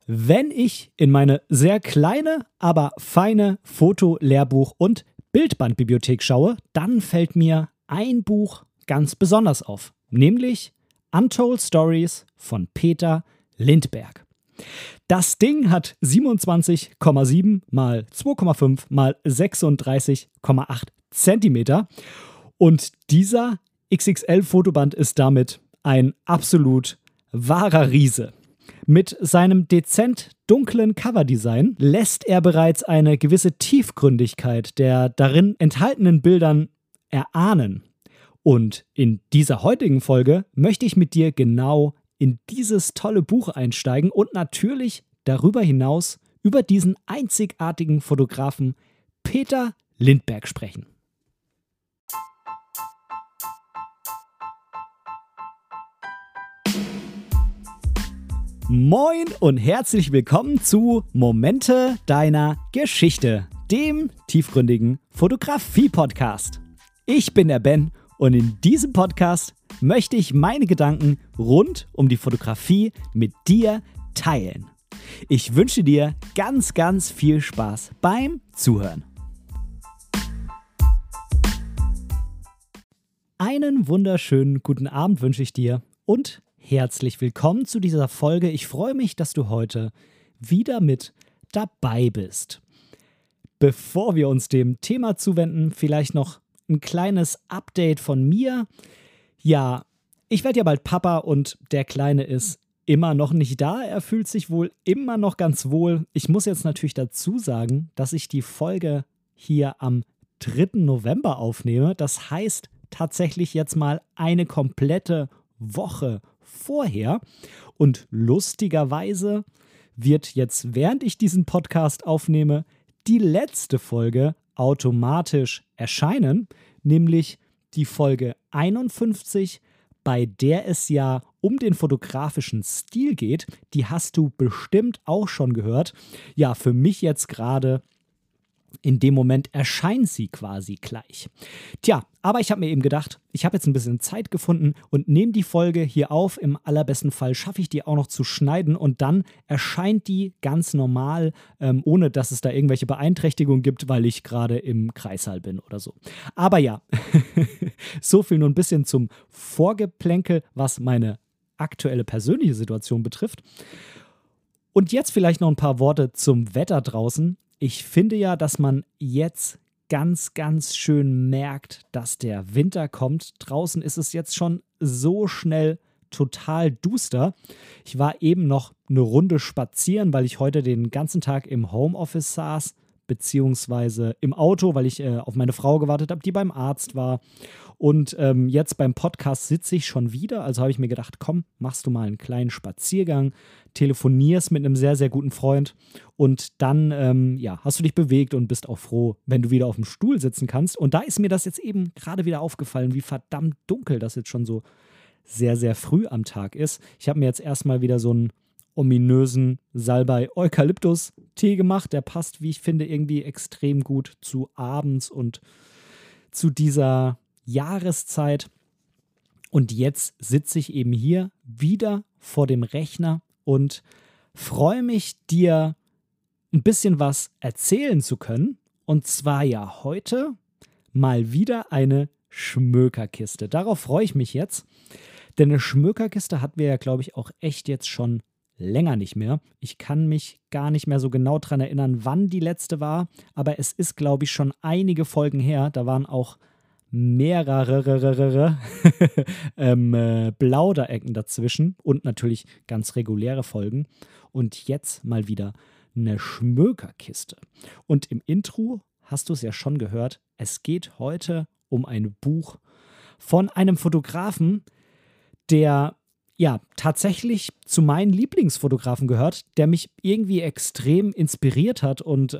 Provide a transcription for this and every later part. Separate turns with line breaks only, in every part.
Wenn ich in meine sehr kleine, aber feine Foto-, Lehrbuch- und Bildbandbibliothek schaue, dann fällt mir ein Buch ganz besonders auf, nämlich Untold Stories von Peter Lindbergh. Das Ding hat 27,7 mal 2,5 mal 36,8 Zentimeter und dieser XXL-Fotoband ist damit ein absolut wahrer Riese. Mit seinem dezent dunklen Coverdesign lässt er bereits eine gewisse Tiefgründigkeit der darin enthaltenen Bildern erahnen. Und in dieser heutigen Folge möchte ich mit dir genau in dieses tolle Buch einsteigen und natürlich darüber hinaus über diesen einzigartigen Fotografen Peter Lindbergh sprechen. Moin und herzlich willkommen zu Momente deiner Geschichte, dem tiefgründigen Fotografie-Podcast. Ich bin der Ben und in diesem Podcast möchte ich meine Gedanken rund um die Fotografie mit dir teilen. Ich wünsche dir ganz, ganz viel Spaß beim Zuhören. Einen wunderschönen guten Abend wünsche ich dir und herzlich willkommen zu dieser Folge. Ich freue mich, dass du heute wieder mit dabei bist. Bevor wir uns dem Thema zuwenden, vielleicht noch ein kleines Update von mir. Ja, ich werde ja bald Papa und der Kleine ist immer noch nicht da. Er fühlt sich wohl immer noch ganz wohl. Ich muss jetzt natürlich dazu sagen, dass ich die Folge hier am 3. November aufnehme. Das heißt tatsächlich jetzt mal eine komplette Woche vorher. Und lustigerweise wird jetzt, während ich diesen Podcast aufnehme, die letzte Folge automatisch erscheinen, nämlich die Folge 51, bei der es ja um den fotografischen Stil geht. Die hast du bestimmt auch schon gehört. Ja, für mich jetzt gerade in dem Moment erscheint sie quasi gleich. Tja, aber ich habe mir eben gedacht, ich habe jetzt ein bisschen Zeit gefunden und nehme die Folge hier auf. Im allerbesten Fall schaffe ich die auch noch zu schneiden und dann erscheint die ganz normal, ohne dass es da irgendwelche Beeinträchtigungen gibt, weil ich gerade im Kreissaal bin oder so. Aber ja, so viel nur ein bisschen zum Vorgeplänkel, was meine aktuelle persönliche Situation betrifft. Und jetzt vielleicht noch ein paar Worte zum Wetter draußen. Ich finde ja, dass man jetzt ganz, ganz schön merkt, dass der Winter kommt. Draußen ist es jetzt schon so schnell total duster. Ich war eben noch eine Runde spazieren, weil ich heute den ganzen Tag im Homeoffice saß, beziehungsweise im Auto, weil ich auf meine Frau gewartet habe, die beim Arzt war. Und jetzt beim Podcast sitze ich schon wieder. Also habe ich mir gedacht, komm, machst du mal einen kleinen Spaziergang, telefonierst mit einem sehr, sehr guten Freund und dann hast du dich bewegt und bist auch froh, wenn du wieder auf dem Stuhl sitzen kannst. Und da ist mir das jetzt eben gerade wieder aufgefallen, wie verdammt dunkel das jetzt schon so sehr, sehr früh am Tag ist. Ich habe mir jetzt erstmal wieder so einen ominösen Salbei-Eukalyptus-Tee gemacht. Der passt, wie ich finde, irgendwie extrem gut zu abends und zu dieser Jahreszeit. Und jetzt sitze ich eben hier wieder vor dem Rechner und freue mich, dir ein bisschen was erzählen zu können. Und zwar ja heute mal wieder eine Schmökerkiste. Darauf freue ich mich jetzt. Denn eine Schmökerkiste hatten wir ja, glaube ich, auch echt jetzt schon länger nicht mehr. Ich kann mich gar nicht mehr so genau daran erinnern, wann die letzte war. Aber es ist, glaube ich, schon einige Folgen her. Da waren auch mehrere Plauderecken dazwischen und natürlich ganz reguläre Folgen. Und jetzt mal wieder eine Schmökerkiste. Und im Intro hast du es ja schon gehört, es geht heute um ein Buch von einem Fotografen, der ja tatsächlich zu meinen Lieblingsfotografen gehört, der mich irgendwie extrem inspiriert hat und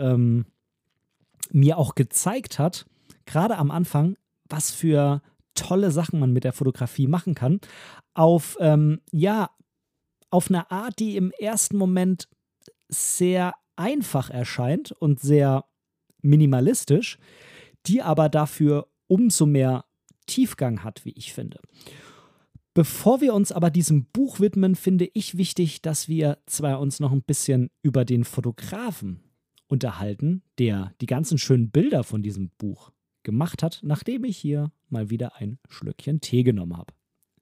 mir auch gezeigt hat, gerade am Anfang, was für tolle Sachen man mit der Fotografie machen kann, auf eine Art, die im ersten Moment sehr einfach erscheint und sehr minimalistisch, die aber dafür umso mehr Tiefgang hat, wie ich finde. Bevor wir uns aber diesem Buch widmen, finde ich wichtig, dass wir zwar uns noch ein bisschen über den Fotografen unterhalten, der die ganzen schönen Bilder von diesem Buch gemacht hat, nachdem ich hier mal wieder ein Schlückchen Tee genommen habe.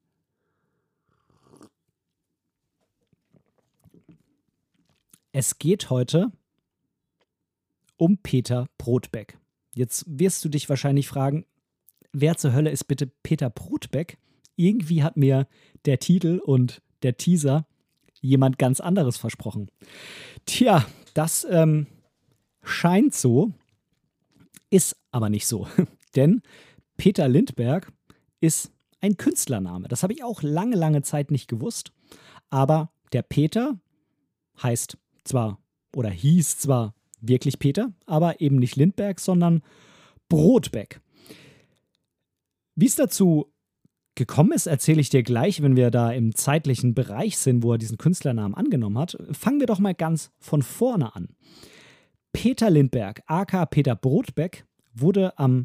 Es geht heute um Peter Brodbeck. Jetzt wirst du dich wahrscheinlich fragen, wer zur Hölle ist bitte Peter Brodbeck? Irgendwie hat mir der Titel und der Teaser jemand ganz anderes versprochen. Tja, das scheint so, ist aber nicht so. Denn Peter Lindbergh ist ein Künstlername. Das habe ich auch lange, lange Zeit nicht gewusst. Aber der Peter heißt zwar oder hieß zwar wirklich Peter, aber eben nicht Lindbergh, sondern Brodbeck. Wie es dazu gekommen ist, erzähle ich dir gleich, wenn wir da im zeitlichen Bereich sind, wo er diesen Künstlernamen angenommen hat. Fangen wir doch mal ganz von vorne an. Peter Lindbergh, aka Peter Brodbeck, wurde am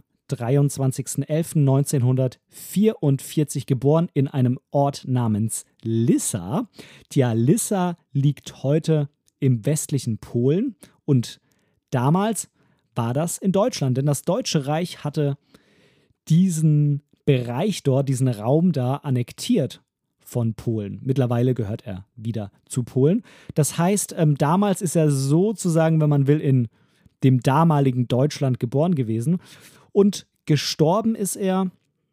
23.11.1944 geboren in einem Ort namens Lissa. Tja, Lissa liegt heute im westlichen Polen und damals war das in Deutschland, denn das Deutsche Reich hatte diesen Bereich dort, diesen Raum da annektiert von Polen. Mittlerweile gehört er wieder zu Polen. Das heißt, damals ist er sozusagen, wenn man will, in dem damaligen Deutschland geboren gewesen. Und gestorben ist er,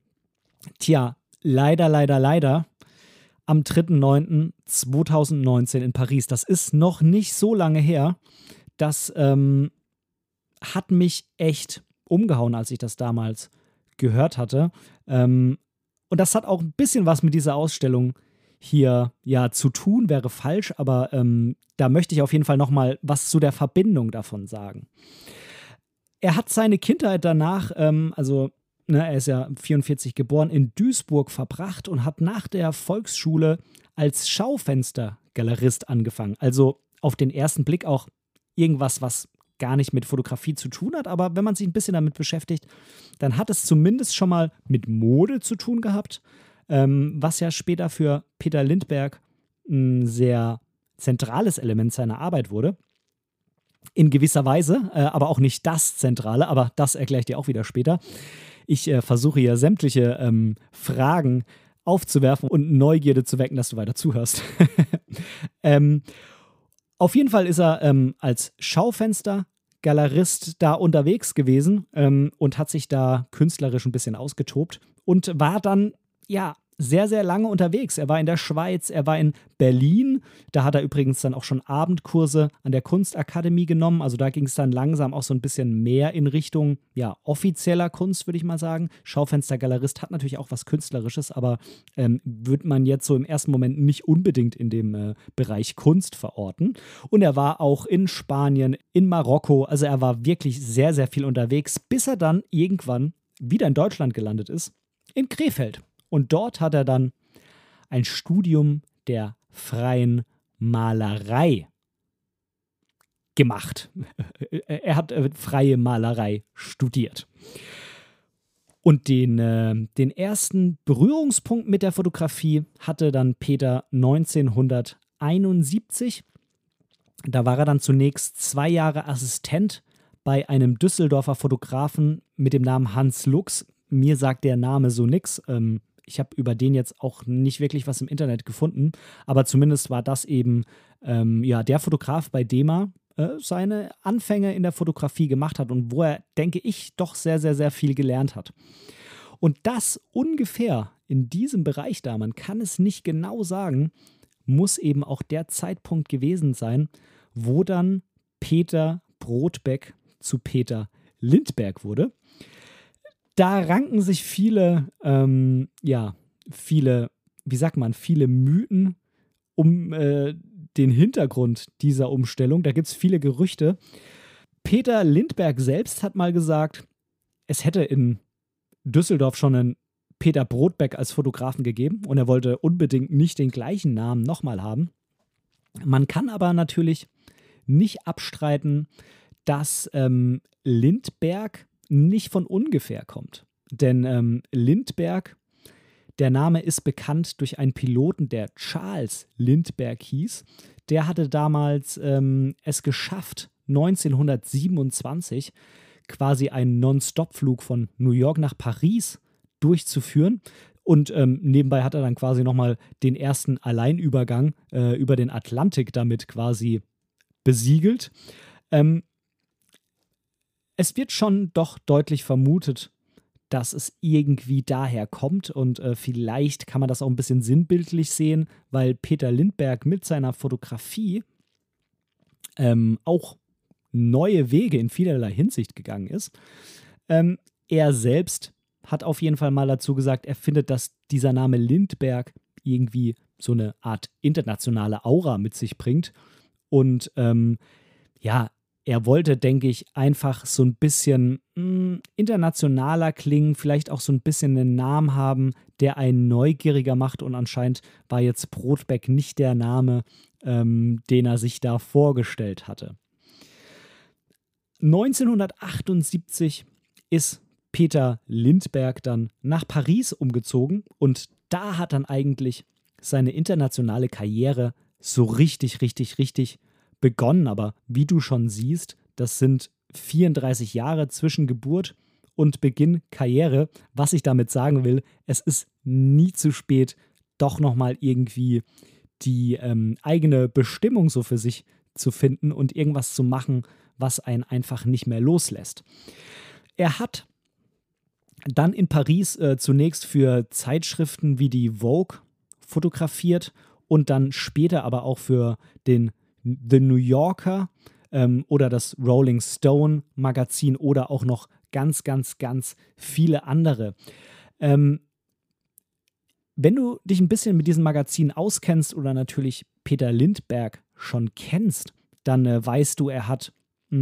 leider, am 3.9.2019 in Paris. Das ist noch nicht so lange her. Das hat mich echt umgehauen, als ich das damals gehört hatte. Und das hat auch ein bisschen was mit dieser Ausstellung hier zu tun, wäre falsch, aber da möchte ich auf jeden Fall nochmal was zu der Verbindung davon sagen. Er hat seine Kindheit danach, er ist ja 44 geboren, in Duisburg verbracht und hat nach der Volksschule als Schaufenstergalerist angefangen. Also auf den ersten Blick auch irgendwas, was gar nicht mit Fotografie zu tun hat, aber wenn man sich ein bisschen damit beschäftigt, dann hat es zumindest schon mal mit Mode zu tun gehabt, was ja später für Peter Lindbergh ein sehr zentrales Element seiner Arbeit wurde. In gewisser Weise, aber auch nicht das Zentrale, aber das erkläre ich dir auch wieder später. Ich versuche hier sämtliche Fragen aufzuwerfen und Neugierde zu wecken, dass du weiter zuhörst. Auf jeden Fall ist er als Schaufenstergalerist da unterwegs gewesen und hat sich da künstlerisch ein bisschen ausgetobt und war dann, sehr, sehr lange unterwegs. Er war in der Schweiz, er war in Berlin. Da hat er übrigens dann auch schon Abendkurse an der Kunstakademie genommen. Also da ging es dann langsam auch so ein bisschen mehr in Richtung, offizieller Kunst, würde ich mal sagen. Schaufenstergalerist hat natürlich auch was Künstlerisches, aber würde man jetzt so im ersten Moment nicht unbedingt in dem Bereich Kunst verorten. Und er war auch in Spanien, in Marokko. Also er war wirklich sehr, sehr viel unterwegs, bis er dann irgendwann wieder in Deutschland gelandet ist, in Krefeld. Und dort hat er dann ein Studium der freien Malerei gemacht. Er hat freie Malerei studiert. Und den ersten Berührungspunkt mit der Fotografie hatte dann Peter 1971. Da war er dann zunächst 2 Jahre Assistent bei einem Düsseldorfer Fotografen mit dem Namen Hans Lux. Mir sagt der Name so nix. Ich habe über den jetzt auch nicht wirklich was im Internet gefunden, aber zumindest war das eben der Fotograf, bei dem er seine Anfänge in der Fotografie gemacht hat und wo er, denke ich, doch sehr, sehr, sehr viel gelernt hat. Und das ungefähr in diesem Bereich da, man kann es nicht genau sagen, muss eben auch der Zeitpunkt gewesen sein, wo dann Peter Brodbeck zu Peter Lindbergh wurde. Da ranken sich viele Mythen um den Hintergrund dieser Umstellung. Da gibt es viele Gerüchte. Peter Lindbergh selbst hat mal gesagt, es hätte in Düsseldorf schon einen Peter Brodbeck als Fotografen gegeben und er wollte unbedingt nicht den gleichen Namen nochmal haben. Man kann aber natürlich nicht abstreiten, dass Lindbergh nicht von ungefähr kommt. Denn Lindbergh, Der Name ist bekannt durch einen Piloten, der Charles Lindbergh hieß. Der hatte damals es geschafft, 1927 quasi einen Non-Stop-Flug von New York nach Paris durchzuführen. Und nebenbei hat er dann quasi nochmal den ersten Alleinübergang über den Atlantik damit quasi besiegelt. Es wird schon doch deutlich vermutet, dass es irgendwie daher kommt und vielleicht kann man das auch ein bisschen sinnbildlich sehen, weil Peter Lindbergh mit seiner Fotografie auch neue Wege in vielerlei Hinsicht gegangen ist. Er selbst hat auf jeden Fall mal dazu gesagt, er findet, dass dieser Name Lindbergh irgendwie so eine Art internationale Aura mit sich bringt. Und er wollte, denke ich, einfach so ein bisschen internationaler klingen, vielleicht auch so ein bisschen einen Namen haben, der einen neugieriger macht. Und anscheinend war jetzt Brodbeck nicht der Name, den er sich da vorgestellt hatte. 1978 ist Peter Lindbergh dann nach Paris umgezogen und da hat dann eigentlich seine internationale Karriere so richtig begonnen. Aber wie du schon siehst, das sind 34 Jahre zwischen Geburt und Beginn Karriere. Was ich damit sagen will, es ist nie zu spät, doch nochmal irgendwie die eigene Bestimmung so für sich zu finden und irgendwas zu machen, was einen einfach nicht mehr loslässt. Er hat dann in Paris zunächst für Zeitschriften wie die Vogue fotografiert und dann später aber auch für den The New Yorker oder das Rolling Stone Magazin oder auch noch ganz viele andere. Wenn du dich ein bisschen mit diesem Magazin auskennst oder natürlich Peter Lindbergh schon kennst, dann weißt du, er hat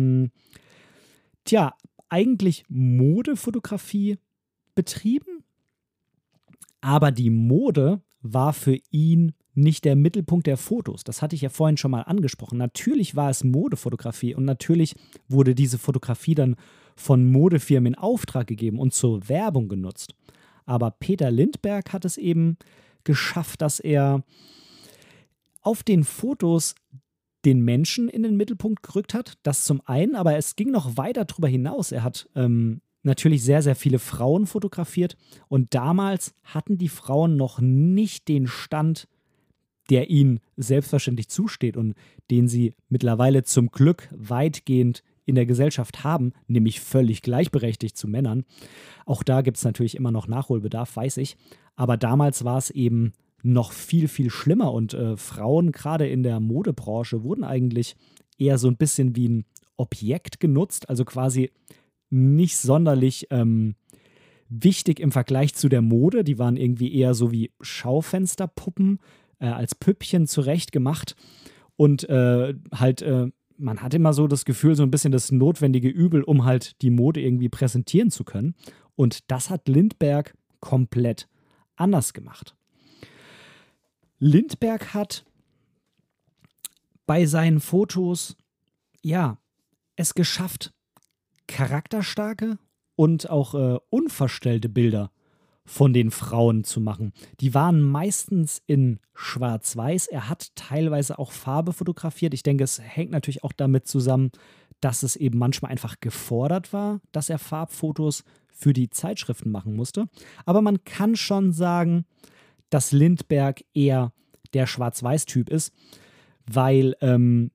eigentlich Modefotografie betrieben, aber die Mode war für ihn nicht der Mittelpunkt der Fotos. Das hatte ich ja vorhin schon mal angesprochen. Natürlich war es Modefotografie und natürlich wurde diese Fotografie dann von Modefirmen in Auftrag gegeben und zur Werbung genutzt. Aber Peter Lindbergh hat es eben geschafft, dass er auf den Fotos den Menschen in den Mittelpunkt gerückt hat. Das zum einen, aber es ging noch weiter darüber hinaus. Er hat natürlich sehr viele Frauen fotografiert und damals hatten die Frauen noch nicht den Stand, der ihnen selbstverständlich zusteht und den sie mittlerweile zum Glück weitgehend in der Gesellschaft haben, nämlich völlig gleichberechtigt zu Männern. Auch da gibt es natürlich immer noch Nachholbedarf, weiß ich. Aber damals war es eben noch viel schlimmer und Frauen, gerade in der Modebranche, wurden eigentlich eher so ein bisschen wie ein Objekt genutzt, also quasi nicht sonderlich wichtig im Vergleich zu der Mode. Die waren irgendwie eher so wie Schaufensterpuppen, als Püppchen zurecht gemacht und man hat immer so das Gefühl, so ein bisschen das notwendige Übel, um halt die Mode irgendwie präsentieren zu können. Und das hat Lindbergh komplett anders gemacht. Lindbergh hat bei seinen Fotos, es geschafft, charakterstarke und auch unverstellte Bilder von den Frauen zu machen. Die waren meistens in Schwarz-Weiß. Er hat teilweise auch Farbe fotografiert. Ich denke, es hängt natürlich auch damit zusammen, dass es eben manchmal einfach gefordert war, dass er Farbfotos für die Zeitschriften machen musste. Aber man kann schon sagen, dass Lindbergh eher der Schwarz-Weiß-Typ ist, weil in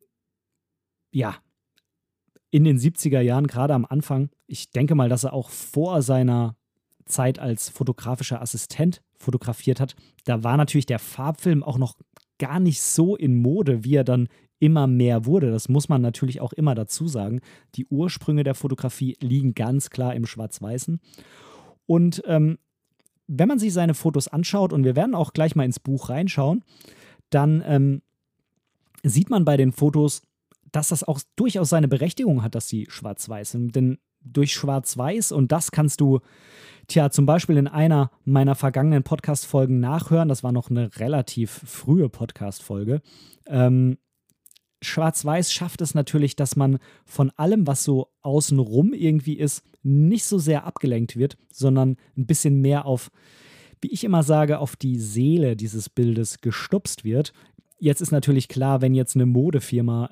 den 70er Jahren, gerade am Anfang, ich denke mal, dass er auch vor seiner Zeit als fotografischer Assistent fotografiert hat, da war natürlich der Farbfilm auch noch gar nicht so in Mode, wie er dann immer mehr wurde. Das muss man natürlich auch immer dazu sagen. Die Ursprünge der Fotografie liegen ganz klar im Schwarz-Weißen. Und wenn man sich seine Fotos anschaut, und wir werden auch gleich mal ins Buch reinschauen, dann sieht man bei den Fotos, dass das auch durchaus seine Berechtigung hat, dass sie schwarz-weiß sind. Denn durch Schwarz-Weiß, und das kannst du zum Beispiel in einer meiner vergangenen Podcast-Folgen nachhören, das war noch eine relativ frühe Podcast-Folge, Schwarz-Weiß schafft es natürlich, dass man von allem, was so außenrum irgendwie ist, nicht so sehr abgelenkt wird, sondern ein bisschen mehr auf wie ich immer sage, auf die Seele dieses Bildes gestupst wird. Jetzt ist natürlich klar, wenn jetzt eine Modefirma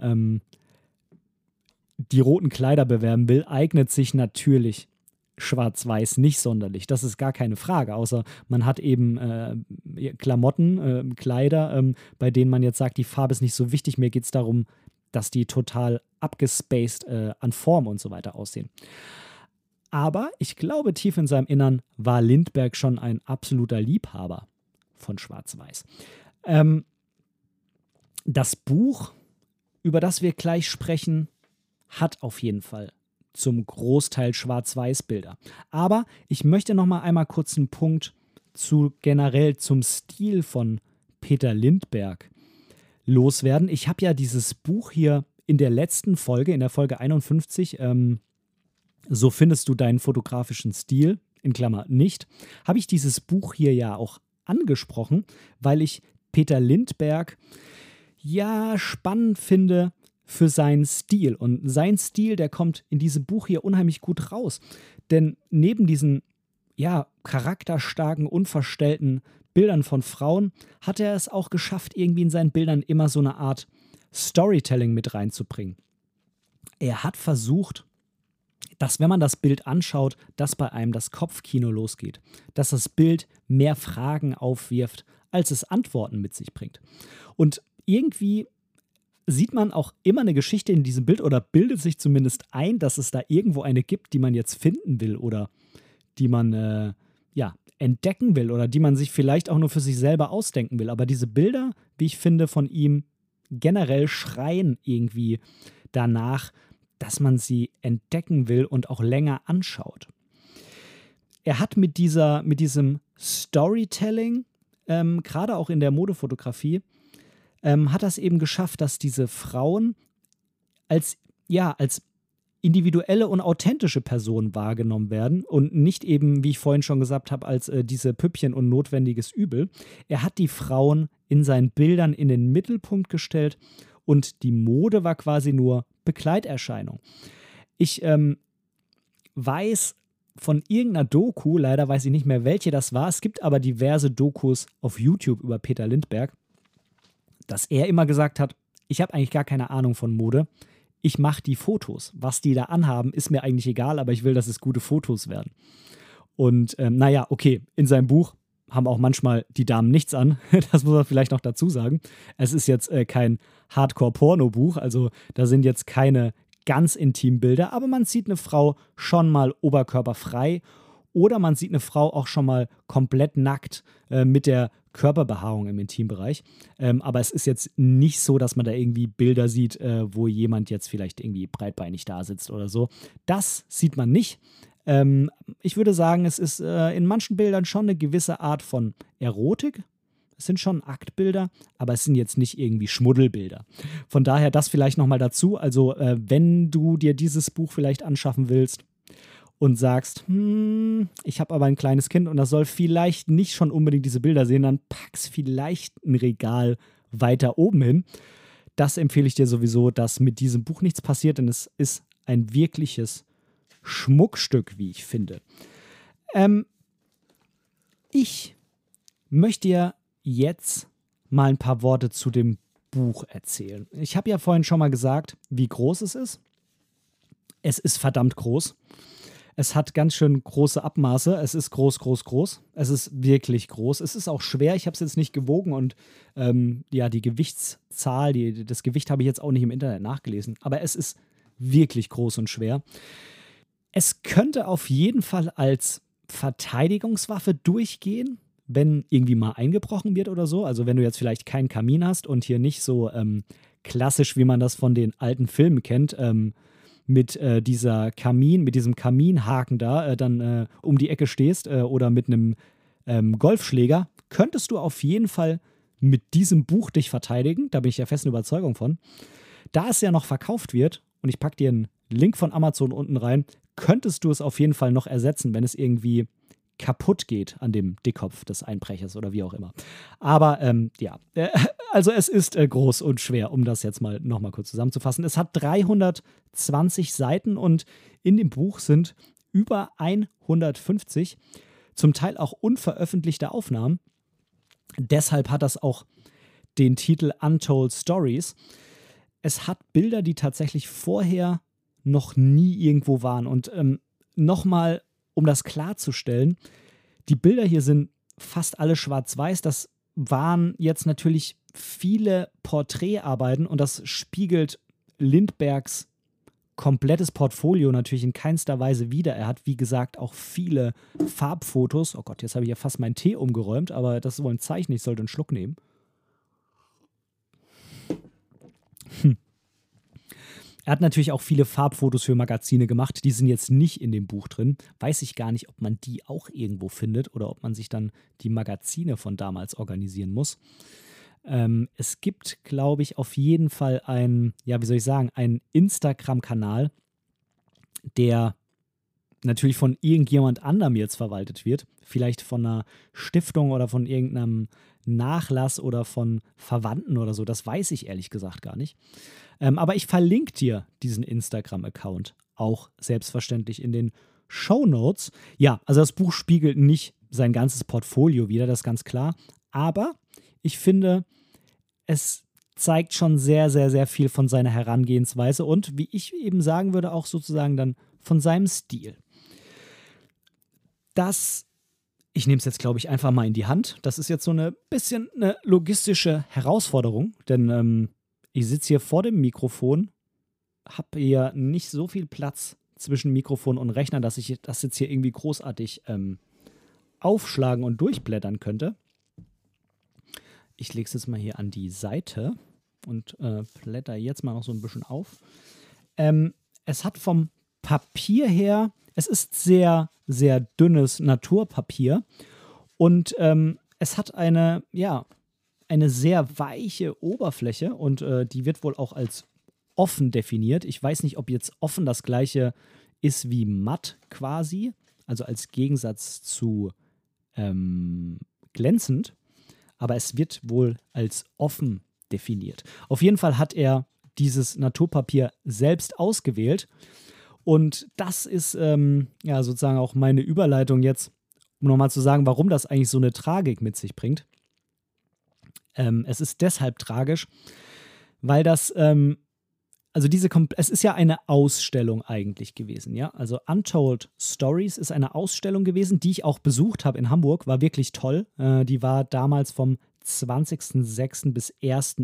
die roten Kleider bewerben will, eignet sich natürlich Schwarz-Weiß nicht sonderlich. Das ist gar keine Frage, außer man hat eben Klamotten, Kleider, bei denen man jetzt sagt, die Farbe ist nicht so wichtig, mir geht es darum, dass die total abgespaced an Form und so weiter aussehen. Aber ich glaube, tief in seinem Innern war Lindbergh schon ein absoluter Liebhaber von Schwarz-Weiß. Das Buch, über das wir gleich sprechen, hat auf jeden Fall zum Großteil Schwarz-Weiß-Bilder. Aber ich möchte noch mal einmal kurz einen Punkt generell zum Stil von Peter Lindbergh loswerden. Ich habe ja dieses Buch hier in der letzten Folge, in der Folge 51, so findest du deinen fotografischen Stil, in Klammer nicht, habe ich dieses Buch hier ja auch angesprochen, weil ich Peter Lindbergh ja spannend finde für seinen Stil. Und sein Stil, der kommt in diesem Buch hier unheimlich gut raus. Denn neben diesen, ja, charakterstarken, unverstellten Bildern von Frauen hat er es auch geschafft, irgendwie in seinen Bildern immer so eine Art Storytelling mit reinzubringen. Er hat versucht, dass, wenn man das Bild anschaut, dass bei einem das Kopfkino losgeht. Dass das Bild mehr Fragen aufwirft, als es Antworten mit sich bringt. Und irgendwie sieht man auch immer eine Geschichte in diesem Bild oder bildet sich zumindest ein, dass es da irgendwo eine gibt, die man jetzt finden will oder die man entdecken will oder die man sich vielleicht auch nur für sich selber ausdenken will. Aber diese Bilder, wie ich finde, von ihm generell schreien irgendwie danach, dass man sie entdecken will und auch länger anschaut. Er hat mit diesem Storytelling, gerade auch in der Modefotografie, hat das eben geschafft, dass diese Frauen als individuelle und authentische Personen wahrgenommen werden und nicht eben, wie ich vorhin schon gesagt habe, als diese Püppchen und notwendiges Übel. Er hat die Frauen in seinen Bildern in den Mittelpunkt gestellt und die Mode war quasi nur Begleiterscheinung. Ich weiß von irgendeiner Doku, leider weiß ich nicht mehr, welche das war, es gibt aber diverse Dokus auf YouTube über Peter Lindbergh, dass er immer gesagt hat, ich habe eigentlich gar keine Ahnung von Mode, ich mache die Fotos. Was die da anhaben, ist mir eigentlich egal, aber ich will, dass es gute Fotos werden. Und okay, in seinem Buch haben auch manchmal die Damen nichts an. Das muss man vielleicht noch dazu sagen. Es ist jetzt kein Hardcore-Porno-Buch, also da sind jetzt keine ganz intimen Bilder, aber man sieht eine Frau schon mal oberkörperfrei oder man sieht eine Frau auch schon mal komplett nackt mit der Körperbehaarung im Intimbereich. Aber es ist jetzt nicht so, dass man da irgendwie Bilder sieht, wo jemand jetzt vielleicht irgendwie breitbeinig da sitzt oder so. Das sieht man nicht. Ich würde sagen, es ist in manchen Bildern schon eine gewisse Art von Erotik. Es sind schon Aktbilder, aber es sind jetzt nicht irgendwie Schmuddelbilder. Von daher das vielleicht nochmal dazu. Also wenn du dir dieses Buch vielleicht anschaffen willst und sagst, ich habe aber ein kleines Kind und das soll vielleicht nicht schon unbedingt diese Bilder sehen, dann pack's vielleicht ein Regal weiter oben hin. Das empfehle ich dir sowieso, dass mit diesem Buch nichts passiert, denn es ist ein wirkliches Schmuckstück, wie ich finde. Ich möchte dir jetzt mal ein paar Worte zu dem Buch erzählen. Ich habe ja vorhin schon mal gesagt, wie groß es ist. Es ist verdammt groß. Es hat ganz schön große Abmaße. Es ist groß, groß, groß. Es ist wirklich groß. Es ist auch schwer. Ich habe es jetzt nicht gewogen und die Gewichtszahl, das Gewicht habe ich jetzt auch nicht im Internet nachgelesen. Aber es ist wirklich groß und schwer. Es könnte auf jeden Fall als Verteidigungswaffe durchgehen, wenn irgendwie mal eingebrochen wird oder so. Also wenn du jetzt vielleicht keinen Kamin hast und hier nicht so klassisch, wie man das von den alten Filmen kennt, mit diesem Kaminhaken da dann um die Ecke stehst oder mit einem Golfschläger, könntest du auf jeden Fall mit diesem Buch dich verteidigen. Da bin ich der festen Überzeugung von. Da es ja noch verkauft wird, und ich packe dir einen Link von Amazon unten rein, könntest du es auf jeden Fall noch ersetzen, wenn es irgendwie kaputt geht an dem Dickkopf des Einbrechers oder wie auch immer. Aber also es ist groß und schwer, um das jetzt mal nochmal kurz zusammenzufassen. Es hat 320 Seiten und in dem Buch sind über 150 zum Teil auch unveröffentlichte Aufnahmen. Deshalb hat das auch den Titel Untold Stories. Es hat Bilder, die tatsächlich vorher noch nie irgendwo waren. Und nochmal, um das klarzustellen, die Bilder hier sind fast alle schwarz-weiß. Das waren jetzt natürlich viele Porträtarbeiten und das spiegelt Lindbergs komplettes Portfolio natürlich in keinster Weise wider. Er hat, wie gesagt, auch viele Farbfotos. Oh Gott, jetzt habe ich ja fast meinen Tee umgeräumt, aber das ist wohl ein Zeichen, ich sollte einen Schluck nehmen. Er hat natürlich auch viele Farbfotos für Magazine gemacht, die sind jetzt nicht in dem Buch drin. Weiß ich gar nicht, ob man die auch irgendwo findet oder ob man sich dann die Magazine von damals organisieren muss. Es gibt, glaube ich, auf jeden Fall einen Instagram-Kanal, der natürlich von irgendjemand anderem jetzt verwaltet wird. Vielleicht von einer Stiftung oder von irgendeinem Nachlass oder von Verwandten oder so. Das weiß ich ehrlich gesagt gar nicht. Aber ich verlinke dir diesen Instagram-Account auch selbstverständlich in den Shownotes. Ja, also das Buch spiegelt nicht sein ganzes Portfolio wider, das ist ganz klar. Aber ich finde, es zeigt schon sehr, sehr, sehr viel von seiner Herangehensweise und, wie ich eben sagen würde, auch sozusagen dann von seinem Stil. Ich nehme es jetzt, glaube ich, einfach mal in die Hand. Das ist jetzt so ein bisschen eine logistische Herausforderung, denn ich sitze hier vor dem Mikrofon, habe hier nicht so viel Platz zwischen Mikrofon und Rechner, dass ich das jetzt hier irgendwie großartig aufschlagen und durchblättern könnte. Ich lege es jetzt mal hier an die Seite und blätter jetzt mal noch so ein bisschen auf. Es hat vom Papier her, es ist sehr, sehr dünnes Naturpapier und es hat eine sehr weiche Oberfläche und die wird wohl auch als offen definiert. Ich weiß nicht, ob jetzt offen das gleiche ist wie matt quasi, also als Gegensatz zu glänzend, aber es wird wohl als offen definiert. Auf jeden Fall hat er dieses Naturpapier selbst ausgewählt und das ist sozusagen auch meine Überleitung jetzt, um nochmal zu sagen, warum das eigentlich so eine Tragik mit sich bringt. Es ist deshalb tragisch, weil das, es ist ja eine Ausstellung eigentlich gewesen, ja. Also Untold Stories ist eine Ausstellung gewesen, die ich auch besucht habe in Hamburg, war wirklich toll. Die war damals vom 20.06. bis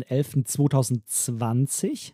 1.11.2020.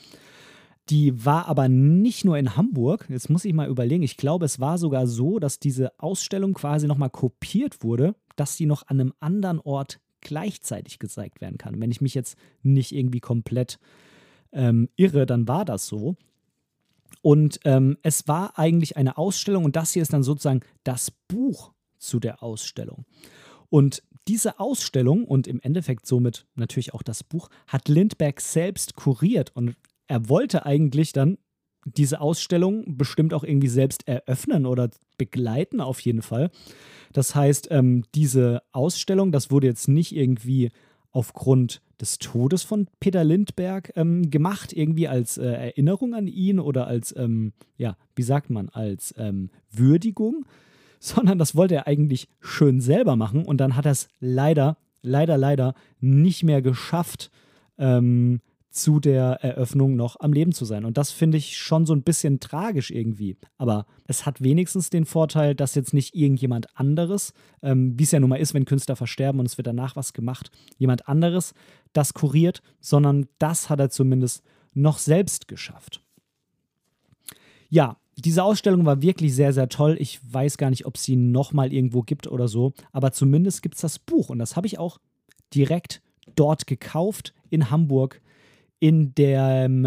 Die war aber nicht nur in Hamburg, jetzt muss ich mal überlegen, ich glaube, es war sogar so, dass diese Ausstellung quasi nochmal kopiert wurde, dass sie noch an einem anderen Ort gleichzeitig gezeigt werden kann. Wenn ich mich jetzt nicht irgendwie komplett irre, dann war das so. Und es war eigentlich eine Ausstellung und das hier ist dann sozusagen das Buch zu der Ausstellung. Und diese Ausstellung und im Endeffekt somit natürlich auch das Buch hat Lindberg selbst kuriert und er wollte eigentlich dann diese Ausstellung bestimmt auch irgendwie selbst eröffnen oder begleiten auf jeden Fall. Das heißt, diese Ausstellung, das wurde jetzt nicht irgendwie aufgrund des Todes von Peter Lindberg gemacht, irgendwie als Erinnerung an ihn oder als, als Würdigung, sondern das wollte er eigentlich schön selber machen und dann hat er es leider nicht mehr geschafft, zu der Eröffnung noch am Leben zu sein. Und das finde ich schon so ein bisschen tragisch irgendwie. Aber es hat wenigstens den Vorteil, dass jetzt nicht irgendjemand anderes, wie es ja nun mal ist, wenn Künstler versterben und es wird danach was gemacht, jemand anderes das kuriert, sondern das hat er zumindest noch selbst geschafft. Ja, diese Ausstellung war wirklich sehr, sehr toll. Ich weiß gar nicht, ob es sie nochmal irgendwo gibt oder so, aber zumindest gibt es das Buch und das habe ich auch direkt dort gekauft in Hamburg in dem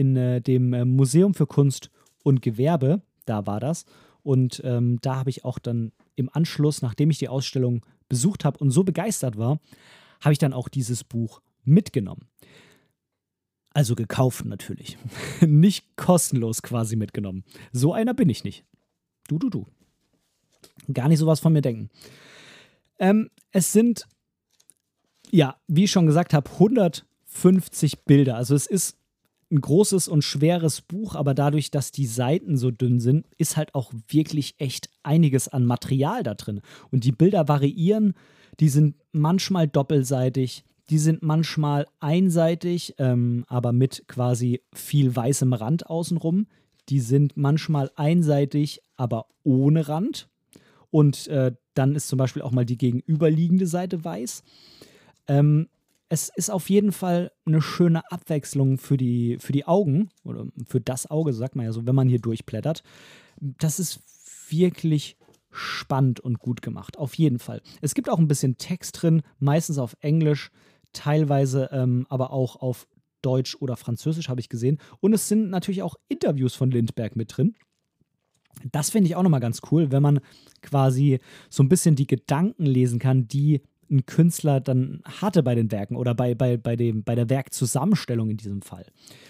Museum für Kunst und Gewerbe, da war das. Und da habe ich auch dann im Anschluss, nachdem ich die Ausstellung besucht habe und so begeistert war, habe ich dann auch dieses Buch mitgenommen. Also gekauft natürlich. Nicht kostenlos quasi mitgenommen. So einer bin ich nicht. Du. Gar nicht sowas von mir denken. Es sind, ja, wie ich schon gesagt habe, 150 Bilder. Also es ist ein großes und schweres Buch, aber dadurch, dass die Seiten so dünn sind, ist halt auch wirklich echt einiges an Material da drin. Und die Bilder variieren, die sind manchmal doppelseitig, die sind manchmal einseitig, aber mit quasi viel weißem Rand außenrum. Die sind manchmal einseitig, aber ohne Rand. Und dann ist zum Beispiel auch mal die gegenüberliegende Seite weiß. Es ist auf jeden Fall eine schöne Abwechslung für die Augen oder für das Auge, sagt man ja so, wenn man hier durchblättert. Das ist wirklich spannend und gut gemacht, auf jeden Fall. Es gibt auch ein bisschen Text drin, meistens auf Englisch, teilweise aber auch auf Deutsch oder Französisch, habe ich gesehen. Und es sind natürlich auch Interviews von Lindbergh mit drin. Das finde ich auch nochmal ganz cool, wenn man quasi so ein bisschen die Gedanken lesen kann, die ein Künstler dann hatte bei den Werken oder bei der Werkzusammenstellung in diesem Fall.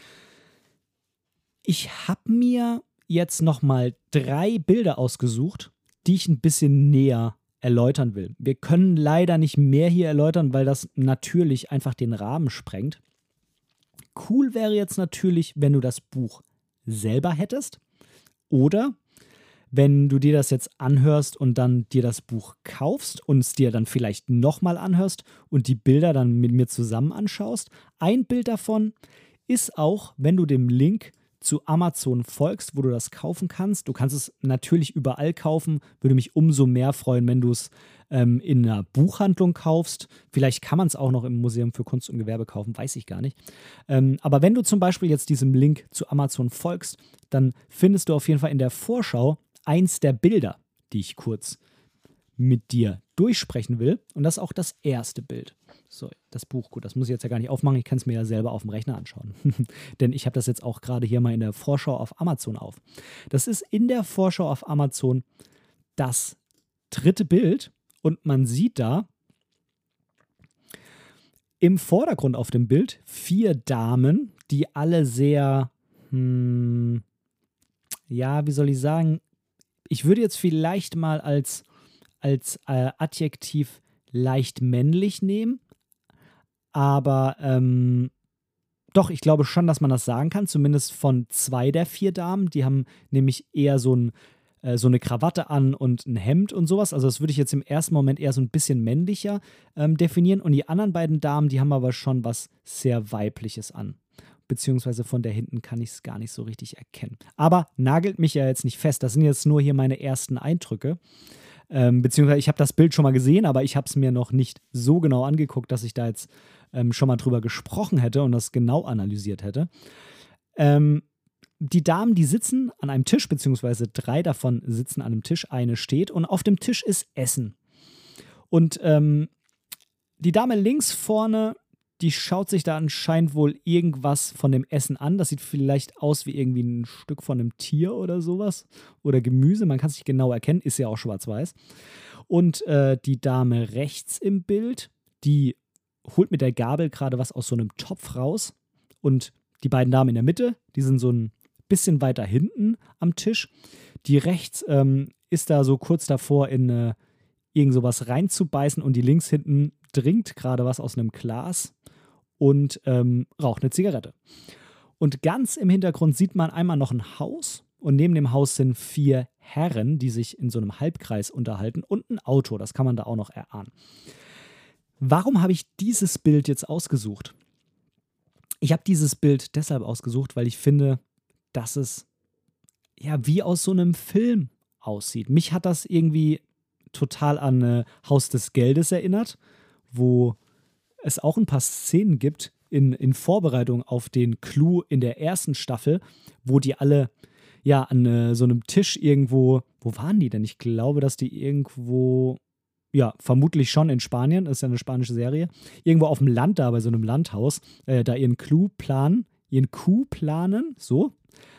Ich habe mir jetzt nochmal 3 Bilder ausgesucht, die ich ein bisschen näher erläutern will. Wir können leider nicht mehr hier erläutern, weil das natürlich einfach den Rahmen sprengt. Cool wäre jetzt natürlich, wenn du das Buch selber hättest oder wenn du dir das jetzt anhörst und dann dir das Buch kaufst und es dir dann vielleicht nochmal anhörst und die Bilder dann mit mir zusammen anschaust. Ein Bild davon ist auch, wenn du dem Link zu Amazon folgst, wo du das kaufen kannst. Du kannst es natürlich überall kaufen. Würde mich umso mehr freuen, wenn du es in einer Buchhandlung kaufst. Vielleicht kann man es auch noch im Museum für Kunst und Gewerbe kaufen, weiß ich gar nicht. Aber wenn du zum Beispiel jetzt diesem Link zu Amazon folgst, dann findest du auf jeden Fall in der Vorschau eins der Bilder, die ich kurz mit dir durchsprechen will. Und das ist auch das erste Bild. So, das Buch, gut, das muss ich jetzt ja gar nicht aufmachen. Ich kann es mir ja selber auf dem Rechner anschauen. Denn ich habe das jetzt auch gerade hier mal in der Vorschau auf Amazon auf. Das ist in der Vorschau auf Amazon das 3. Bild. Und man sieht da im Vordergrund auf dem Bild 4 Damen, die alle sehr, ja, wie soll ich sagen, ich würde jetzt vielleicht mal als Adjektiv leicht männlich nehmen, aber doch, ich glaube schon, dass man das sagen kann, zumindest von 2 der 4 Damen. Die haben nämlich eher so eine Krawatte an und ein Hemd und sowas. Also das würde ich jetzt im ersten Moment eher so ein bisschen männlicher definieren. Und die anderen beiden Damen, die haben aber schon was sehr Weibliches an. Beziehungsweise von der hinten kann ich es gar nicht so richtig erkennen. Aber nagelt mich ja jetzt nicht fest. Das sind jetzt nur hier meine ersten Eindrücke. Beziehungsweise ich habe das Bild schon mal gesehen, aber ich habe es mir noch nicht so genau angeguckt, dass ich da jetzt schon mal drüber gesprochen hätte und das genau analysiert hätte. Die Damen, die sitzen an einem Tisch, beziehungsweise 3 davon sitzen an einem Tisch, eine steht und auf dem Tisch ist Essen. Und die Dame links vorne, die schaut sich da anscheinend wohl irgendwas von dem Essen an. Das sieht vielleicht aus wie irgendwie ein Stück von einem Tier oder sowas. Oder Gemüse, man kann es nicht genau erkennen, ist ja auch schwarz-weiß. Und die Dame rechts im Bild, die holt mit der Gabel gerade was aus so einem Topf raus. Und die beiden Damen in der Mitte, die sind so ein bisschen weiter hinten am Tisch. Die rechts ist da so kurz davor, in irgend sowas reinzubeißen und die links hinten trinkt gerade was aus einem Glas und raucht eine Zigarette. Und ganz im Hintergrund sieht man einmal noch ein Haus und neben dem Haus sind 4 Herren, die sich in so einem Halbkreis unterhalten und ein Auto, das kann man da auch noch erahnen. Warum habe ich dieses Bild jetzt ausgesucht? Ich habe dieses Bild deshalb ausgesucht, weil ich finde, dass es ja wie aus so einem Film aussieht. Mich hat das irgendwie total an Haus des Geldes erinnert, wo es auch ein paar Szenen gibt in Vorbereitung auf den Clou in der ersten Staffel, wo die alle ja an so einem Tisch irgendwo, wo waren die denn? Ich glaube, dass die irgendwo, ja, vermutlich schon in Spanien, das ist ja eine spanische Serie, irgendwo auf dem Land da, bei so einem Landhaus, da ihren Coup planen, so.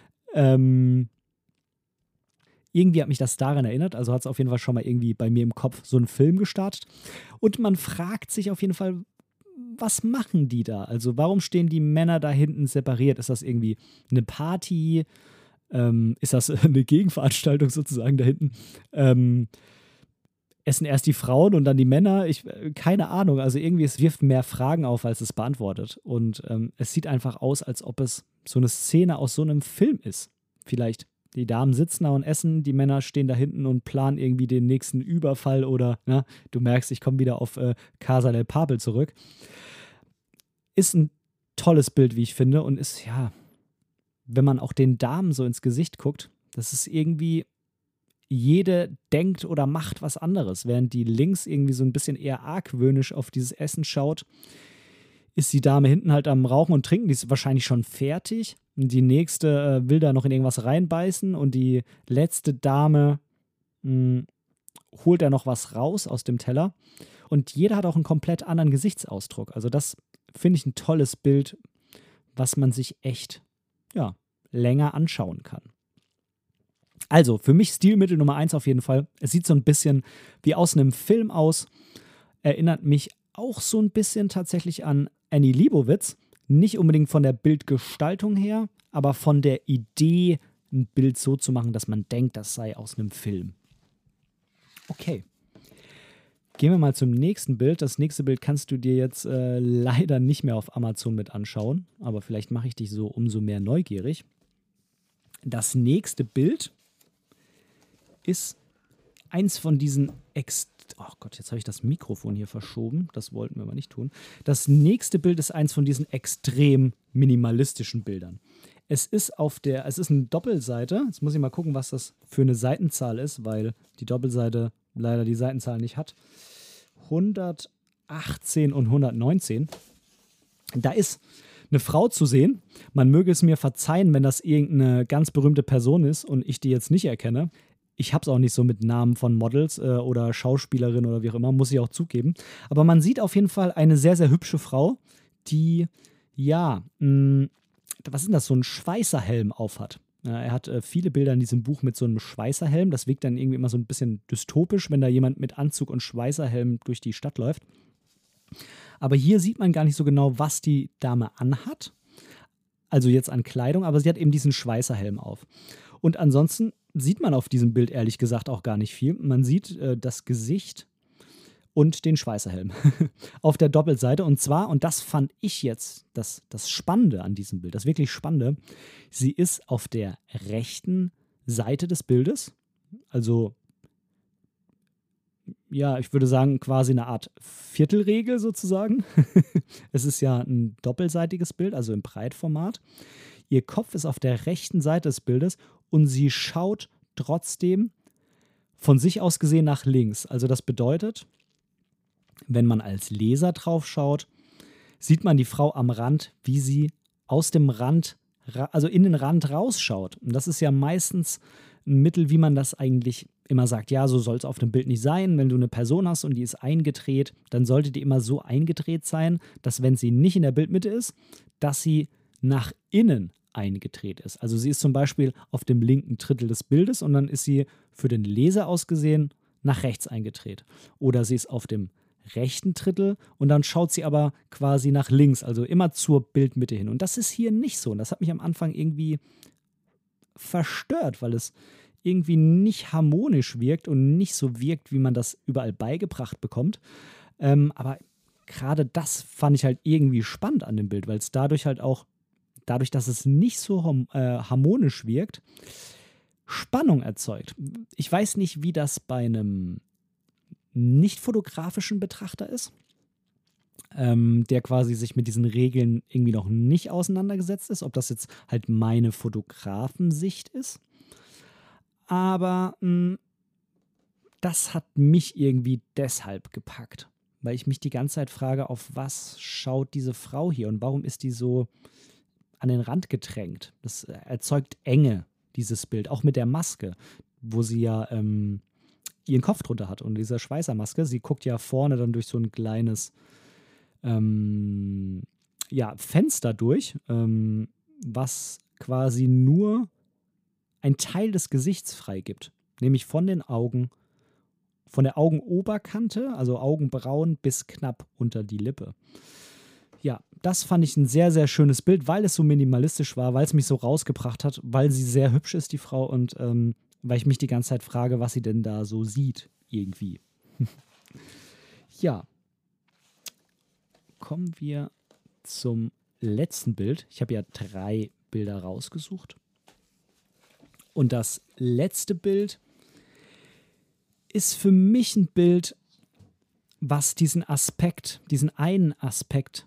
Irgendwie hat mich das daran erinnert, also hat es auf jeden Fall schon mal irgendwie bei mir im Kopf so einen Film gestartet. Und man fragt sich auf jeden Fall, was machen die da? Also warum stehen die Männer da hinten separiert? Ist das irgendwie eine Party? Ist das eine Gegenveranstaltung sozusagen da hinten? Essen erst die Frauen und dann die Männer? Keine Ahnung. Also irgendwie, es wirft mehr Fragen auf, als es beantwortet. Und es sieht einfach aus, als ob es so eine Szene aus so einem Film ist. Vielleicht die Damen sitzen da und essen, die Männer stehen da hinten und planen irgendwie den nächsten Überfall oder, na, du merkst, ich komme wieder auf Casa del Papel zurück. Ist ein tolles Bild, wie ich finde, und ist, ja, wenn man auch den Damen so ins Gesicht guckt, das ist irgendwie, jede denkt oder macht was anderes, während die links irgendwie so ein bisschen eher argwöhnisch auf dieses Essen schaut, ist die Dame hinten halt am Rauchen und Trinken, die ist wahrscheinlich schon fertig. Und die nächste will da noch in irgendwas reinbeißen und die letzte Dame holt da noch was raus aus dem Teller. Und jeder hat auch einen komplett anderen Gesichtsausdruck. Also das finde ich ein tolles Bild, was man sich echt, ja, länger anschauen kann. Also für mich Stilmittel Nummer 1 auf jeden Fall. Es sieht so ein bisschen wie aus einem Film aus, erinnert mich auch so ein bisschen tatsächlich an Annie Leibovitz. Nicht unbedingt von der Bildgestaltung her, aber von der Idee, ein Bild so zu machen, dass man denkt, das sei aus einem Film. Okay. Gehen wir mal zum nächsten Bild. Das nächste Bild kannst du dir jetzt leider nicht mehr auf Amazon mit anschauen, aber vielleicht mache ich dich so umso mehr neugierig. Das nächste Bild ist eins von diesen oh Gott, jetzt habe ich das Mikrofon hier verschoben. Das wollten wir aber nicht tun. Das nächste Bild ist eins von diesen extrem minimalistischen Bildern. Es ist eine Doppelseite. Jetzt muss ich mal gucken, was das für eine Seitenzahl ist, weil die Doppelseite leider die Seitenzahl nicht hat. 118 und 119. Da ist eine Frau zu sehen. Man möge es mir verzeihen, wenn das irgendeine ganz berühmte Person ist und ich die jetzt nicht erkenne. Ich habe es auch nicht so mit Namen von Models oder Schauspielerinnen oder wie auch immer, muss ich auch zugeben. Aber man sieht auf jeden Fall eine sehr, sehr hübsche Frau, die, ja, was ist denn das, so einen Schweißerhelm aufhat. Er hat viele Bilder in diesem Buch mit so einem Schweißerhelm. Das wirkt dann irgendwie immer so ein bisschen dystopisch, wenn da jemand mit Anzug und Schweißerhelm durch die Stadt läuft. Aber hier sieht man gar nicht so genau, was die Dame anhat. Also jetzt an Kleidung, aber sie hat eben diesen Schweißerhelm auf. Und ansonsten sieht man auf diesem Bild ehrlich gesagt auch gar nicht viel. Man sieht das Gesicht und den Schweißerhelm auf der Doppelseite. Und zwar, und das fand ich jetzt das Spannende an diesem Bild, das wirklich Spannende, sie ist auf der rechten Seite des Bildes. Also, ja, ich würde sagen, quasi eine Art Viertelregel sozusagen. Es ist ja ein doppelseitiges Bild, also im Breitformat. Ihr Kopf ist auf der rechten Seite des Bildes und sie schaut trotzdem von sich aus gesehen nach links. Also das bedeutet, wenn man als Leser drauf schaut, sieht man die Frau am Rand, wie sie aus dem Rand, also in den Rand rausschaut. Und das ist ja meistens ein Mittel, wie man das eigentlich immer sagt, ja, so soll es auf dem Bild nicht sein. Wenn du eine Person hast und die ist eingedreht, dann sollte die immer so eingedreht sein, dass wenn sie nicht in der Bildmitte ist, dass sie nach innen eingedreht ist. Also sie ist zum Beispiel auf dem linken Drittel des Bildes und dann ist sie für den Leser aus gesehen nach rechts eingedreht. Oder sie ist auf dem rechten Drittel und dann schaut sie aber quasi nach links, also immer zur Bildmitte hin. Und das ist hier nicht so. Und das hat mich am Anfang irgendwie verstört, weil es irgendwie nicht harmonisch wirkt und nicht so wirkt, wie man das überall beigebracht bekommt. Aber gerade das fand ich halt irgendwie spannend an dem Bild, weil es dadurch, dass es nicht so harmonisch wirkt, Spannung erzeugt. Ich weiß nicht, wie das bei einem nicht fotografischen Betrachter ist, der quasi sich mit diesen Regeln irgendwie noch nicht auseinandergesetzt ist, ob das jetzt halt meine Fotografensicht ist. Aber das hat mich irgendwie deshalb gepackt, weil ich mich die ganze Zeit frage, auf was schaut diese Frau hier und warum ist die so an den Rand gedrängt? Das erzeugt Enge, dieses Bild, auch mit der Maske, wo sie ja ihren Kopf drunter hat und dieser Schweißermaske. Sie guckt ja vorne dann durch so ein kleines Fenster durch, was quasi nur ein Teil des Gesichts freigibt, nämlich von den Augen, von der Augenoberkante, also Augenbrauen bis knapp unter die Lippe. Ja, das fand ich ein sehr, sehr schönes Bild, weil es so minimalistisch war, weil es mich so rausgebracht hat, weil sie sehr hübsch ist, die Frau, und weil ich mich die ganze Zeit frage, was sie denn da so sieht, irgendwie. Ja. Kommen wir zum letzten Bild. Ich habe ja 3 Bilder rausgesucht. Und das letzte Bild ist für mich ein Bild, was diesen einen Aspekt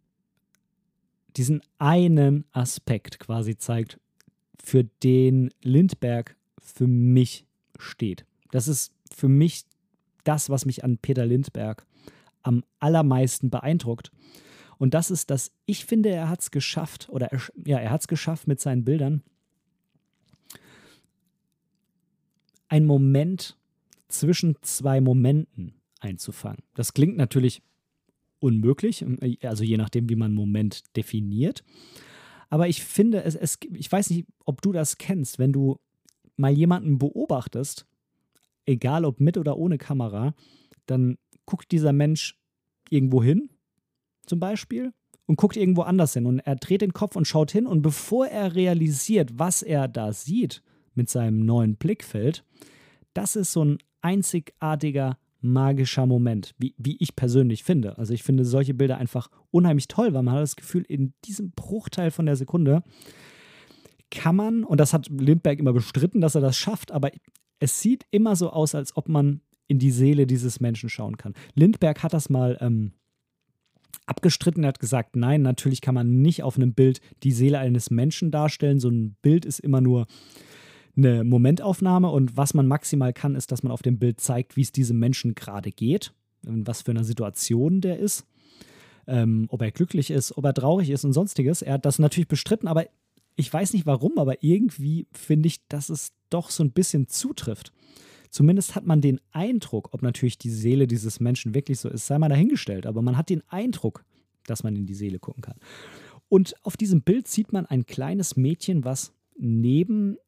quasi zeigt, für den Lindbergh für mich steht. Das ist für mich das, was mich an Peter Lindbergh am allermeisten beeindruckt. Und das ist, dass ich finde, er hat es geschafft, mit seinen Bildern, einen Moment zwischen zwei Momenten einzufangen. Das klingt natürlich unmöglich, also je nachdem, wie man Moment definiert. Aber ich finde, ich weiß nicht, ob du das kennst, wenn du mal jemanden beobachtest, egal ob mit oder ohne Kamera, dann guckt dieser Mensch irgendwo hin, zum Beispiel, und guckt irgendwo anders hin. Und er dreht den Kopf und schaut hin. Und bevor er realisiert, was er da sieht mit seinem neuen Blickfeld, das ist so ein einzigartiger, magischer Moment, wie ich persönlich finde. Also ich finde solche Bilder einfach unheimlich toll, weil man hat das Gefühl, in diesem Bruchteil von der Sekunde kann man, und das hat Lindbergh immer bestritten, dass er das schafft, aber es sieht immer so aus, als ob man in die Seele dieses Menschen schauen kann. Lindbergh hat das mal abgestritten. Er hat gesagt, nein, natürlich kann man nicht auf einem Bild die Seele eines Menschen darstellen. So ein Bild ist immer nur eine Momentaufnahme und was man maximal kann, ist, dass man auf dem Bild zeigt, wie es diesem Menschen gerade geht, in was für einer Situation der ist, ob er glücklich ist, ob er traurig ist und sonstiges. Er hat das natürlich bestritten, aber ich weiß nicht warum, aber irgendwie finde ich, dass es doch so ein bisschen zutrifft. Zumindest hat man den Eindruck, ob natürlich die Seele dieses Menschen wirklich so ist, sei mal dahingestellt, aber man hat den Eindruck, dass man in die Seele gucken kann. Und auf diesem Bild sieht man ein kleines Mädchen, was neben,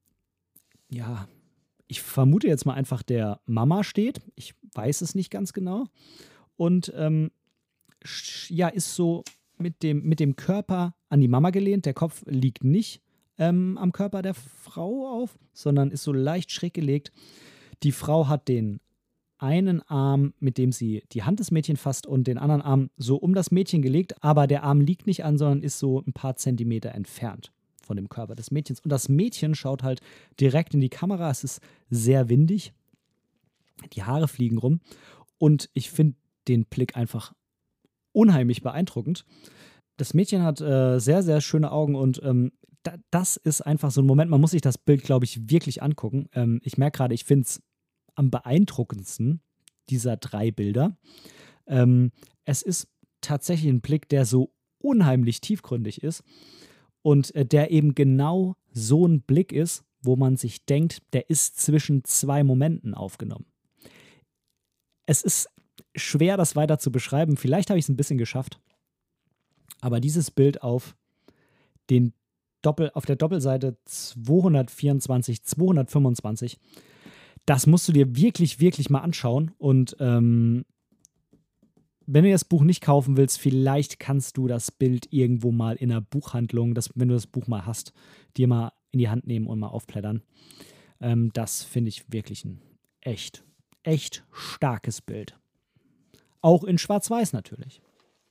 ich vermute jetzt mal einfach der Mama steht. Ich weiß es nicht ganz genau. Und ist so mit dem Körper an die Mama gelehnt. Der Kopf liegt nicht am Körper der Frau auf, sondern ist so leicht schräg gelegt. Die Frau hat den einen Arm, mit dem sie die Hand des Mädchens fasst und den anderen Arm so um das Mädchen gelegt, aber der Arm liegt nicht an, sondern ist so ein paar Zentimeter entfernt von dem Körper des Mädchens. Und das Mädchen schaut halt direkt in die Kamera. Es ist sehr windig. Die Haare fliegen rum. Und ich finde den Blick einfach unheimlich beeindruckend. Das Mädchen hat sehr, sehr schöne Augen und das ist einfach so ein Moment, man muss sich das Bild, glaube ich, wirklich angucken. Ich merke gerade, ich finde es am beeindruckendsten dieser 3 Bilder. Es ist tatsächlich ein Blick, der so unheimlich tiefgründig ist und der eben genau so ein Blick ist, wo man sich denkt, der ist zwischen 2 Momenten aufgenommen. Es ist schwer, das weiter zu beschreiben. Vielleicht habe ich es ein bisschen geschafft. Aber dieses Bild auf der Doppelseite 224, 225, das musst du dir wirklich, wirklich mal anschauen. Und wenn du das Buch nicht kaufen willst, vielleicht kannst du das Bild irgendwo mal in einer Buchhandlung, wenn du das Buch mal hast, dir mal in die Hand nehmen und mal aufblättern. Das finde ich wirklich ein echt starkes Bild. Auch in Schwarz-Weiß natürlich.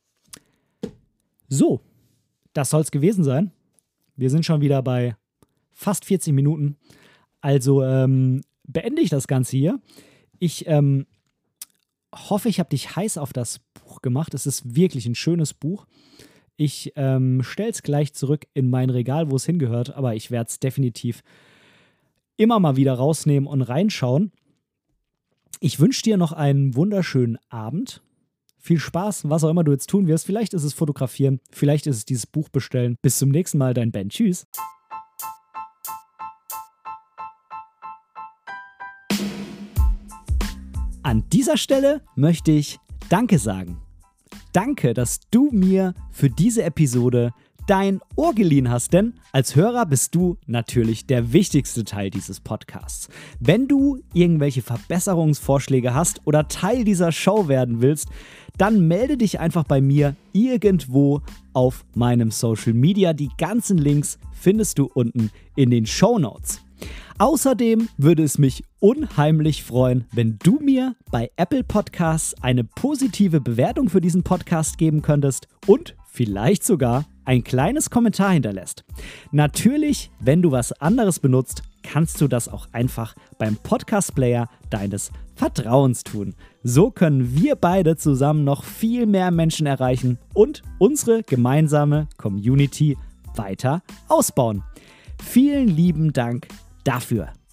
So, das soll es gewesen sein. Wir sind schon wieder bei fast 40 Minuten. Also beende ich das Ganze hier. Ich hoffe, ich habe dich heiß auf das Buch gemacht. Es ist wirklich ein schönes Buch. Ich stelle es gleich zurück in mein Regal, wo es hingehört, aber ich werde es definitiv immer mal wieder rausnehmen und reinschauen. Ich wünsche dir noch einen wunderschönen Abend. Viel Spaß, was auch immer du jetzt tun wirst. Vielleicht ist es Fotografieren, vielleicht ist es dieses Buch bestellen. Bis zum nächsten Mal, dein Ben. Tschüss. An dieser Stelle möchte ich Danke sagen. Danke, dass du mir für diese Episode dein Ohr geliehen hast, denn als Hörer bist du natürlich der wichtigste Teil dieses Podcasts. Wenn du irgendwelche Verbesserungsvorschläge hast oder Teil dieser Show werden willst, dann melde dich einfach bei mir irgendwo auf meinem Social Media. Die ganzen Links findest du unten in den Shownotes. Außerdem würde es mich unheimlich freuen, wenn du mir bei Apple Podcasts eine positive Bewertung für diesen Podcast geben könntest und vielleicht sogar ein kleines Kommentar hinterlässt. Natürlich, wenn du was anderes benutzt, kannst du das auch einfach beim Podcast-Player deines Vertrauens tun. So können wir beide zusammen noch viel mehr Menschen erreichen und unsere gemeinsame Community weiter ausbauen. Vielen lieben Dank dafür.